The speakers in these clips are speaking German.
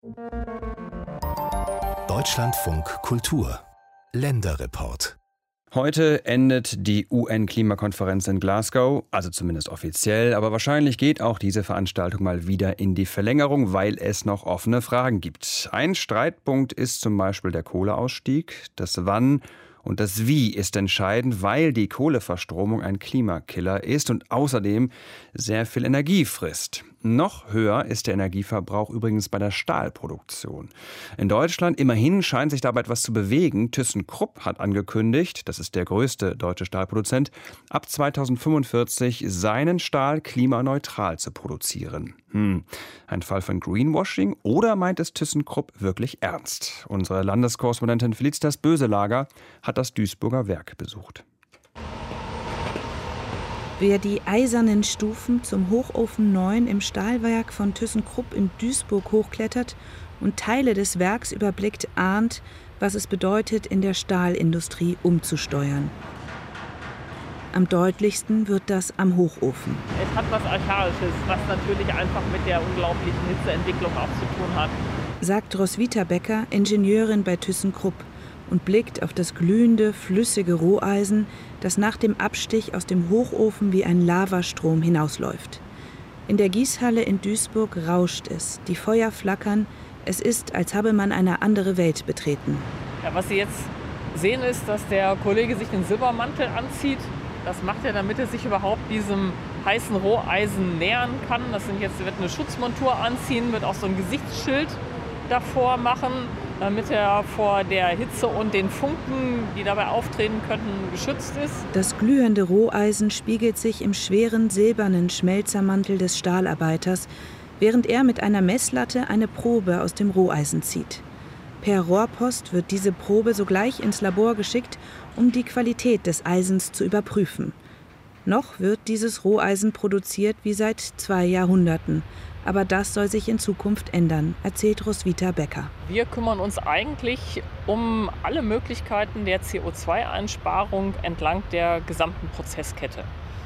Deutschlandfunk Kultur Länderreport. Heute endet die UN-Klimakonferenz in Glasgow, also zumindest offiziell, aber wahrscheinlich geht auch diese Veranstaltung mal wieder in die Verlängerung, weil es noch offene Fragen gibt. Ein Streitpunkt ist zum Beispiel der Kohleausstieg. Das Wann und das Wie ist entscheidend, weil die Kohleverstromung ein Klimakiller ist und außerdem sehr viel Energie frisst. Noch höher ist der Energieverbrauch übrigens bei der Stahlproduktion. In Deutschland immerhin scheint sich dabei etwas zu bewegen. ThyssenKrupp hat angekündigt, das ist der größte deutsche Stahlproduzent, ab 2045 seinen Stahl klimaneutral zu produzieren. Ein Fall von Greenwashing oder meint es ThyssenKrupp wirklich ernst? Unsere Landeskorrespondentin Felicitas Böselager hat das Duisburger Werk besucht. Wer die eisernen Stufen zum Hochofen 9 im Stahlwerk von ThyssenKrupp in Duisburg hochklettert und Teile des Werks überblickt, ahnt, was es bedeutet, in der Stahlindustrie umzusteuern. Am deutlichsten wird das am Hochofen. Es hat was Archaisches, was natürlich einfach mit der unglaublichen Hitzeentwicklung auch zu tun hat. Sagt Roswitha Becker, Ingenieurin bei ThyssenKrupp, und blickt auf das glühende, flüssige Roheisen, das nach dem Abstich aus dem Hochofen wie ein Lavastrom hinausläuft. In der Gießhalle in Duisburg rauscht es, die Feuer flackern, es ist, als habe man eine andere Welt betreten. Ja, was Sie jetzt sehen, ist, dass der Kollege sich den Silbermantel anzieht. Das macht er, damit er sich überhaupt diesem heißen Roheisen nähern kann. Er wird eine Schutzmontur anziehen, wird auch so ein Gesichtsschild davor machen, damit er vor der Hitze und den Funken, die dabei auftreten könnten, geschützt ist. Das glühende Roheisen spiegelt sich im schweren silbernen Schmelzermantel des Stahlarbeiters, während er mit einer Messlatte eine Probe aus dem Roheisen zieht. Per Rohrpost wird diese Probe sogleich ins Labor geschickt, um die Qualität des Eisens zu überprüfen. Noch wird dieses Roheisen produziert wie seit 2 Jahrhunderten. Aber das soll sich in Zukunft ändern, erzählt Roswitha Becker. Wir kümmern uns eigentlich um alle Möglichkeiten der CO2-Einsparung entlang der gesamten Prozesskette.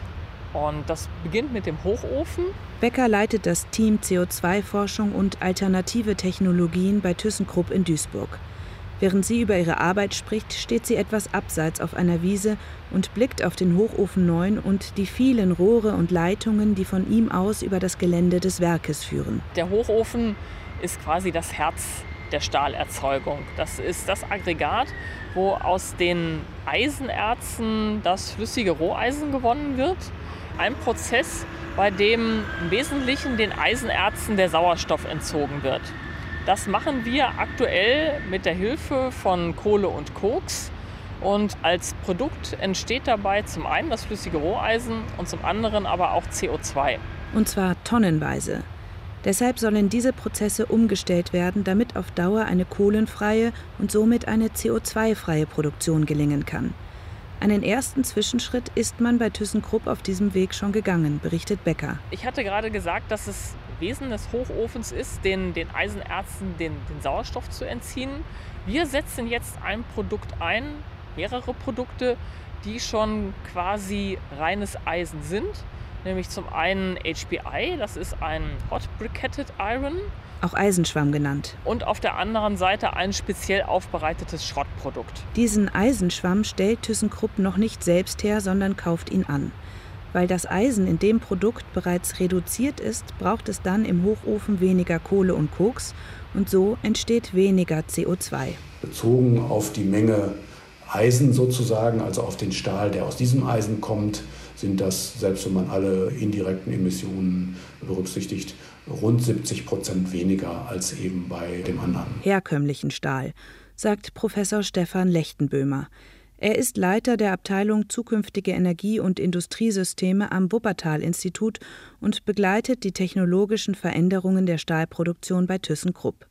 Und das beginnt mit dem Hochofen. Becker leitet das Team CO2-Forschung und alternative Technologien bei ThyssenKrupp in Duisburg. Während sie über ihre Arbeit spricht, steht sie etwas abseits auf einer Wiese und blickt auf den Hochofen 9 und die vielen Rohre und Leitungen, die von ihm aus über das Gelände des Werkes führen. Der Hochofen ist quasi das Herz der Stahlerzeugung. Das ist das Aggregat, wo aus den Eisenerzen das flüssige Roheisen gewonnen wird. Ein Prozess, bei dem im Wesentlichen den Eisenerzen der Sauerstoff entzogen wird. Das machen wir aktuell mit der Hilfe von Kohle und Koks. Und als Produkt entsteht dabei zum einen das flüssige Roheisen und zum anderen aber auch CO2. Und zwar tonnenweise. Deshalb sollen diese Prozesse umgestellt werden, damit auf Dauer eine kohlenfreie und somit eine CO2-freie Produktion gelingen kann. Einen ersten Zwischenschritt ist man bei ThyssenKrupp auf diesem Weg schon gegangen, berichtet Becker. Ich hatte gerade gesagt, dass es Wesen des Hochofens ist, den Eisenerzen den Sauerstoff zu entziehen. Wir setzen jetzt ein Produkt ein, mehrere Produkte, die schon quasi reines Eisen sind. Nämlich zum einen HBI, das ist ein Hot Briquetted Iron. Auch Eisenschwamm genannt. Und auf der anderen Seite ein speziell aufbereitetes Schrottprodukt. Diesen Eisenschwamm stellt ThyssenKrupp noch nicht selbst her, sondern kauft ihn an. Weil das Eisen in dem Produkt bereits reduziert ist, braucht es dann im Hochofen weniger Kohle und Koks und so entsteht weniger CO2. Bezogen auf die Menge Eisen sozusagen, also auf den Stahl, der aus diesem Eisen kommt, sind das, selbst wenn man alle indirekten Emissionen berücksichtigt, rund 70% weniger als eben bei dem anderen herkömmlichen Stahl, sagt Professor Stefan Lechtenböhmer. Er ist Leiter der Abteilung Zukünftige Energie- und Industriesysteme am Wuppertal-Institut und begleitet die technologischen Veränderungen der Stahlproduktion bei ThyssenKrupp.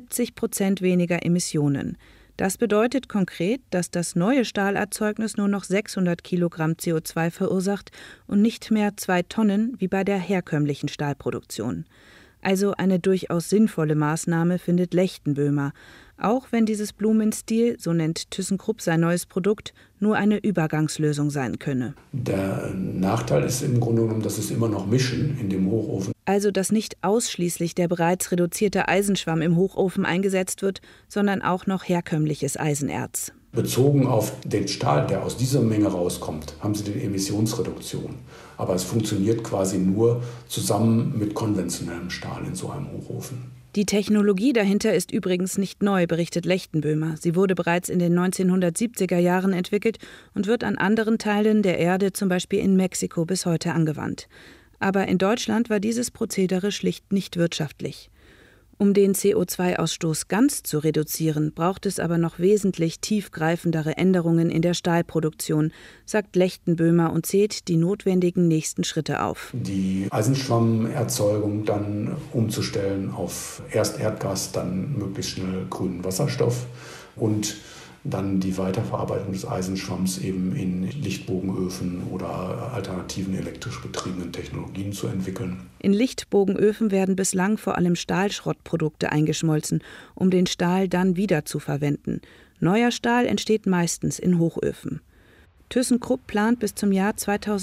70% weniger Emissionen. Das bedeutet konkret, dass das neue Stahlerzeugnis nur noch 600 Kilogramm CO2 verursacht und nicht mehr 2 Tonnen wie bei der herkömmlichen Stahlproduktion. Also eine durchaus sinnvolle Maßnahme, findet Lechtenböhmer. Auch wenn dieses Blumenstil, so nennt ThyssenKrupp sein neues Produkt, nur eine Übergangslösung sein könne. Der Nachteil ist im Grunde genommen, dass es immer noch mischen in dem Hochofen. Also, dass nicht ausschließlich der bereits reduzierte Eisenschwamm im Hochofen eingesetzt wird, sondern auch noch herkömmliches Eisenerz. Bezogen auf den Stahl, der aus dieser Menge rauskommt, haben Sie die Emissionsreduktion. Aber es funktioniert quasi nur zusammen mit konventionellem Stahl in so einem Hochofen. Die Technologie dahinter ist übrigens nicht neu, berichtet Lechtenböhmer. Sie wurde bereits in den 1970er Jahren entwickelt und wird an anderen Teilen der Erde, zum Beispiel in Mexiko, bis heute angewandt. Aber in Deutschland war dieses Prozedere schlicht nicht wirtschaftlich. Um den CO2-Ausstoß ganz zu reduzieren, braucht es aber noch wesentlich tiefgreifendere Änderungen in der Stahlproduktion, sagt Lechtenböhmer und zählt die notwendigen nächsten Schritte auf. Die Eisenschwammerzeugung dann umzustellen auf erst Erdgas, dann möglichst schnell grünen Wasserstoff und dann die Weiterverarbeitung des Eisenschwamms eben in Lichtbogenöfen oder alternativen elektrisch betriebenen Technologien zu entwickeln. In Lichtbogenöfen werden bislang vor allem Stahlschrottprodukte eingeschmolzen, um den Stahl dann wieder zu verwenden. Neuer Stahl entsteht meistens in Hochöfen. ThyssenKrupp plant bis zum Jahr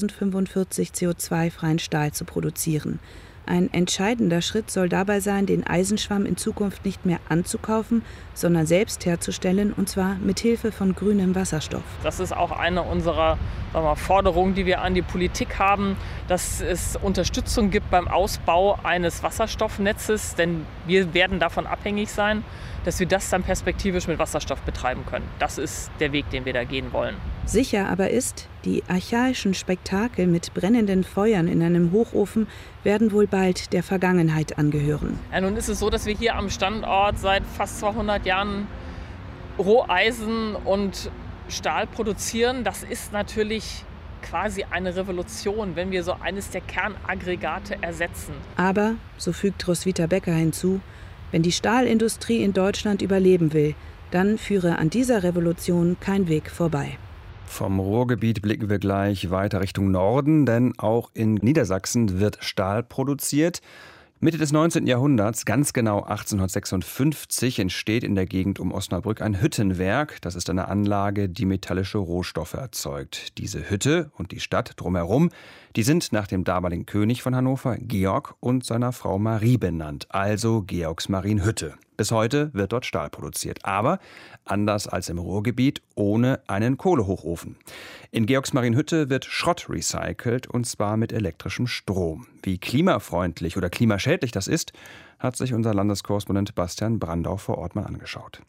2045 CO2-freien Stahl zu produzieren. Ein entscheidender Schritt soll dabei sein, den Eisenschwamm in Zukunft nicht mehr anzukaufen, sondern selbst herzustellen, und zwar mit Hilfe von grünem Wasserstoff. Das ist auch eine unserer Forderungen, die wir an die Politik haben, dass es Unterstützung gibt beim Ausbau eines Wasserstoffnetzes, denn wir werden davon abhängig sein, dass wir das dann perspektivisch mit Wasserstoff betreiben können. Das ist der Weg, den wir da gehen wollen. Sicher aber ist, die archaischen Spektakel mit brennenden Feuern in einem Hochofen werden wohl bald der Vergangenheit angehören. Ja, nun ist es so, dass wir hier am Standort seit fast 200 Jahren Roheisen und Stahl produzieren. Das ist natürlich quasi eine Revolution, wenn wir so eines der Kernaggregate ersetzen. Aber, so fügt Roswitha Becker hinzu, wenn die Stahlindustrie in Deutschland überleben will, dann führe an dieser Revolution kein Weg vorbei. Vom Ruhrgebiet blicken wir gleich weiter Richtung Norden, denn auch in Niedersachsen wird Stahl produziert. Mitte des 19. Jahrhunderts, ganz genau 1856, entsteht in der Gegend um Osnabrück ein Hüttenwerk. Das ist eine Anlage, die metallische Rohstoffe erzeugt. Diese Hütte und die Stadt drumherum, die sind nach dem damaligen König von Hannover, Georg, und seiner Frau Marie benannt, also Georgsmarienhütte. Bis heute wird dort Stahl produziert, aber anders als im Ruhrgebiet ohne einen Kohlehochofen. In Georgsmarienhütte wird Schrott recycelt, und zwar mit elektrischem Strom. Wie klimafreundlich oder klimaschädlich das ist, hat sich unser Landeskorrespondent Bastian Brandau vor Ort mal angeschaut.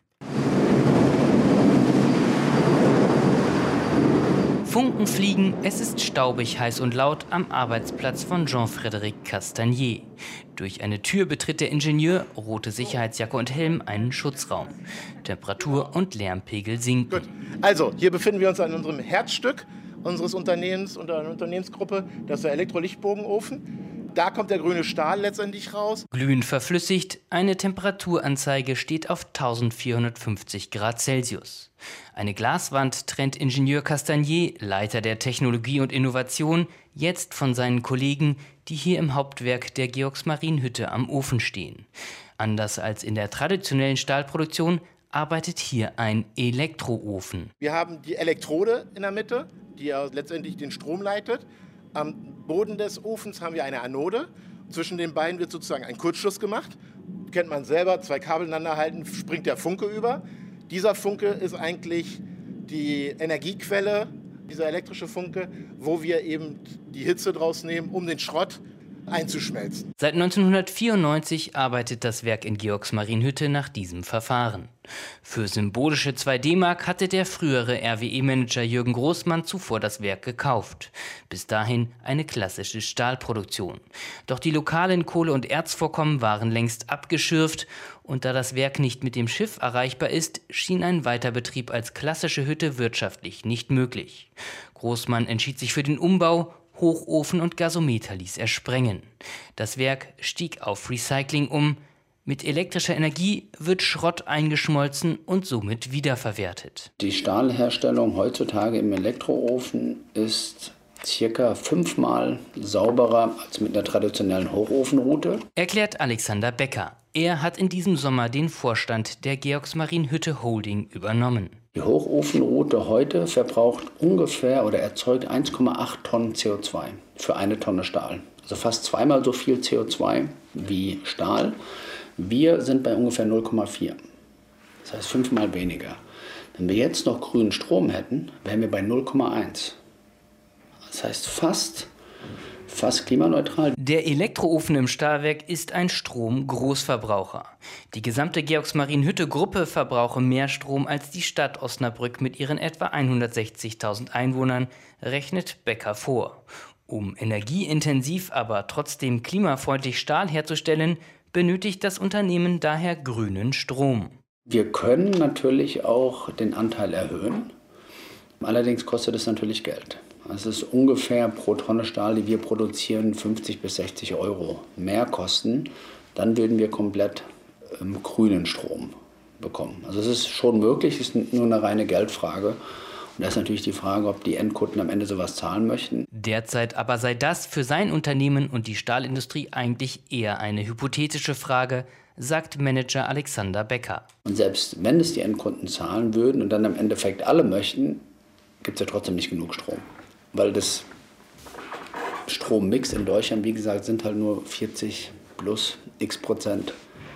Funken fliegen, es ist staubig, heiß und laut am Arbeitsplatz von Jean-Frédéric Castagnier. Durch eine Tür betritt der Ingenieur, rote Sicherheitsjacke und Helm, einen Schutzraum. Temperatur und Lärmpegel sinken. Gut. Also, hier befinden wir uns an unserem Herzstück unseres Unternehmens und einer Unternehmensgruppe, das ist der Elektrolichtbogenofen. Da kommt der grüne Stahl letztendlich raus. Glühend verflüssigt, eine Temperaturanzeige steht auf 1450 Grad Celsius. Eine Glaswand trennt Ingenieur Castagnier, Leiter der Technologie und Innovation, jetzt von seinen Kollegen, die hier im Hauptwerk der Georgsmarienhütte am Ofen stehen. Anders als in der traditionellen Stahlproduktion arbeitet hier ein Elektroofen. Wir haben die Elektrode in der Mitte, die ja letztendlich den Strom leitet. Am Boden des Ofens haben wir eine Anode. Zwischen den beiden wird sozusagen ein Kurzschluss gemacht. Kennt man selber, zwei Kabel ineinander halten, springt der Funke über. Dieser Funke ist eigentlich die Energiequelle, dieser elektrische Funke, wo wir eben die Hitze draus nehmen, um den Schrott einzuschmelzen. Seit 1994 arbeitet das Werk in Georgsmarienhütte nach diesem Verfahren. Für symbolische 2 D-Mark hatte der frühere RWE-Manager Jürgen Großmann zuvor das Werk gekauft. Bis dahin eine klassische Stahlproduktion. Doch die lokalen Kohle- und Erzvorkommen waren längst abgeschürft, und da das Werk nicht mit dem Schiff erreichbar ist, schien ein Weiterbetrieb als klassische Hütte wirtschaftlich nicht möglich. Großmann entschied sich für den Umbau. Hochofen und Gasometer ließ er sprengen. Das Werk stieg auf Recycling um. Mit elektrischer Energie wird Schrott eingeschmolzen und somit wiederverwertet. Die Stahlherstellung heutzutage im Elektroofen ist circa 5-mal sauberer als mit einer traditionellen Hochofenroute. Erklärt Alexander Becker. Er hat in diesem Sommer den Vorstand der Georgsmarienhütte Holding übernommen. Die Hochofenroute heute verbraucht ungefähr oder erzeugt 1,8 Tonnen CO2 für eine Tonne Stahl. Also fast 2-mal so viel CO2 wie Stahl. Wir sind bei ungefähr 0,4. Das heißt 5-mal weniger. Wenn wir jetzt noch grünen Strom hätten, wären wir bei 0,1. Das heißt fast klimaneutral. Der Elektroofen im Stahlwerk ist ein Strom-Großverbraucher. Die gesamte Georgsmarienhütte-Gruppe verbrauche mehr Strom als die Stadt Osnabrück mit ihren etwa 160.000 Einwohnern, rechnet Becker vor. Um energieintensiv, aber trotzdem klimafreundlich Stahl herzustellen, benötigt das Unternehmen daher grünen Strom. Wir können natürlich auch den Anteil erhöhen. Allerdings kostet es natürlich Geld. Es ist ungefähr pro Tonne Stahl, die wir produzieren, 50 bis 60 Euro mehr kosten. Dann würden wir komplett grünen Strom bekommen. Also es ist schon möglich, es ist nur eine reine Geldfrage. Und da ist natürlich die Frage, ob die Endkunden am Ende sowas zahlen möchten. Derzeit aber sei das für sein Unternehmen und die Stahlindustrie eigentlich eher eine hypothetische Frage, sagt Manager Alexander Becker. Und selbst wenn es die Endkunden zahlen würden und dann im Endeffekt alle möchten, gibt es ja trotzdem nicht genug Strom. Weil das Strommix in Deutschland, wie gesagt, sind halt nur 40 plus x%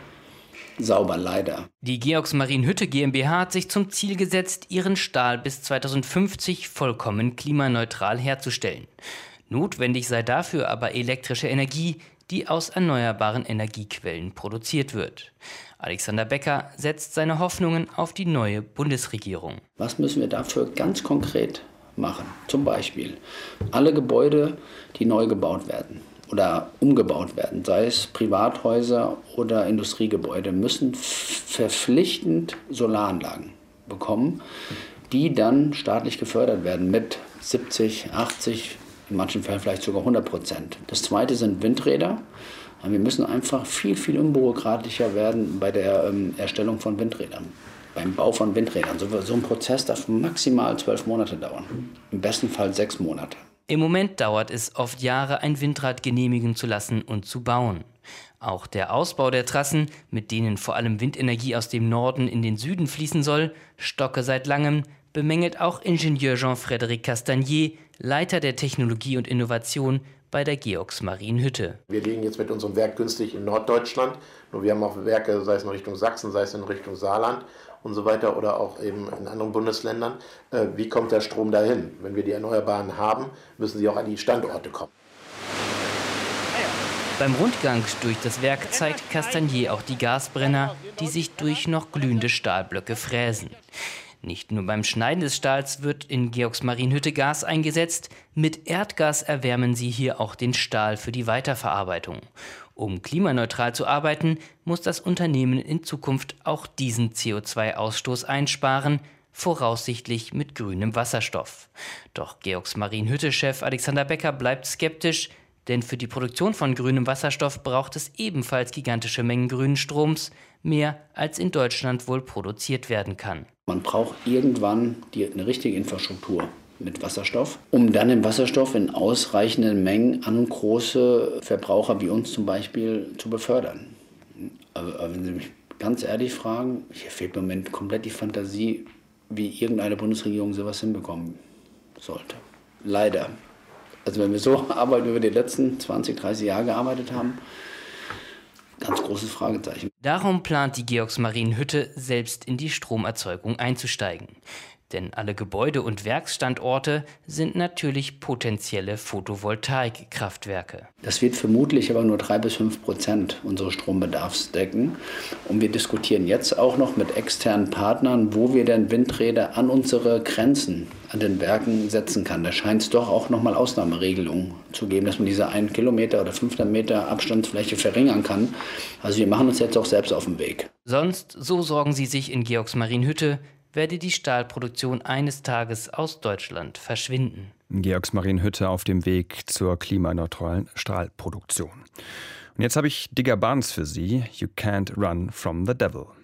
sauber, leider. Die Georgsmarienhütte GmbH hat sich zum Ziel gesetzt, ihren Stahl bis 2050 vollkommen klimaneutral herzustellen. Notwendig sei dafür aber elektrische Energie, die aus erneuerbaren Energiequellen produziert wird. Alexander Becker setzt seine Hoffnungen auf die neue Bundesregierung. Was müssen wir dafür ganz konkret machen? Zum Beispiel alle Gebäude, die neu gebaut werden oder umgebaut werden, sei es Privathäuser oder Industriegebäude, müssen verpflichtend Solaranlagen bekommen, die dann staatlich gefördert werden mit 70, 80, in manchen Fällen vielleicht sogar 100%. Das zweite sind Windräder. Wir müssen einfach viel unbürokratischer werden bei der Erstellung von Windrädern, beim Bau von Windrädern. So ein Prozess darf maximal 12 Monate dauern, im besten Fall 6 Monate. Im Moment dauert es oft Jahre, ein Windrad genehmigen zu lassen und zu bauen. Auch der Ausbau der Trassen, mit denen vor allem Windenergie aus dem Norden in den Süden fließen soll, stocke seit langem, bemängelt auch Ingenieur Jean-Frédéric Castagnier, Leiter der Technologie und Innovation bei der Georgsmarienhütte. Wir liegen jetzt mit unserem Werk günstig in Norddeutschland. Nur wir haben auch Werke, sei es in Richtung Sachsen, sei es in Richtung Saarland und so weiter oder auch eben in anderen Bundesländern. Wie kommt der Strom dahin? Wenn wir die Erneuerbaren haben, müssen sie auch an die Standorte kommen. Beim Rundgang durch das Werk zeigt Castagnier auch die Gasbrenner, die sich durch noch glühende Stahlblöcke fräsen. Nicht nur beim Schneiden des Stahls wird in Georgsmarienhütte Gas eingesetzt, mit Erdgas erwärmen sie hier auch den Stahl für die Weiterverarbeitung. Um klimaneutral zu arbeiten, muss das Unternehmen in Zukunft auch diesen CO2-Ausstoß einsparen, voraussichtlich mit grünem Wasserstoff. Doch Georgsmarienhütte-Chef Alexander Becker bleibt skeptisch, denn für die Produktion von grünem Wasserstoff braucht es ebenfalls gigantische Mengen grünen Stroms, mehr als in Deutschland wohl produziert werden kann. Man braucht irgendwann eine richtige Infrastruktur mit Wasserstoff, um dann den Wasserstoff in ausreichenden Mengen an große Verbraucher wie uns zum Beispiel zu befördern. Aber wenn Sie mich ganz ehrlich fragen, hier fehlt im Moment komplett die Fantasie, wie irgendeine Bundesregierung sowas hinbekommen sollte. Leider. Also wenn wir so arbeiten, wie wir die letzten 20, 30 Jahre gearbeitet haben, ganz großes Fragezeichen. Darum plant die Georgsmarienhütte, selbst in die Stromerzeugung einzusteigen. Denn alle Gebäude und Werksstandorte sind natürlich potenzielle Photovoltaikkraftwerke. Das wird vermutlich aber nur 3-5% unseres Strombedarfs decken. Und wir diskutieren jetzt auch noch mit externen Partnern, wo wir denn Windräder an unsere Grenzen an den Werken setzen kann. Da scheint es doch auch nochmal Ausnahmeregelungen zu geben, dass man diese 1 Kilometer oder 500 Meter Abstandsfläche verringern kann. Also wir machen uns jetzt auch selbst auf den Weg. Sonst, so sorgen sie sich in Georgsmarienhütte, werde die Stahlproduktion eines Tages aus Deutschland verschwinden. Georgsmarienhütte auf dem Weg zur klimaneutralen Stahlproduktion. Und jetzt habe ich Digger Barnes für Sie. You can't run from the devil.